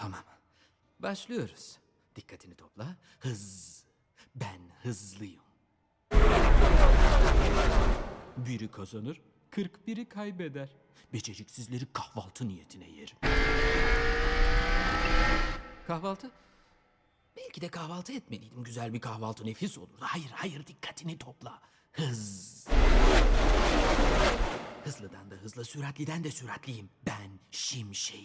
Tamam. Başlıyoruz. Dikkatini topla. Hız. Ben hızlıyım. Biri kazanır, 41'i kaybeder. Beceriksizleri kahvaltı niyetine yerim. Kahvaltı? Belki de kahvaltı etmeliydim. Güzel bir kahvaltı nefis olurdu. Hayır, dikkatini topla. Hız. Hızlıdan da hızlı, süratliden de süratliyim. Ben Şimşek.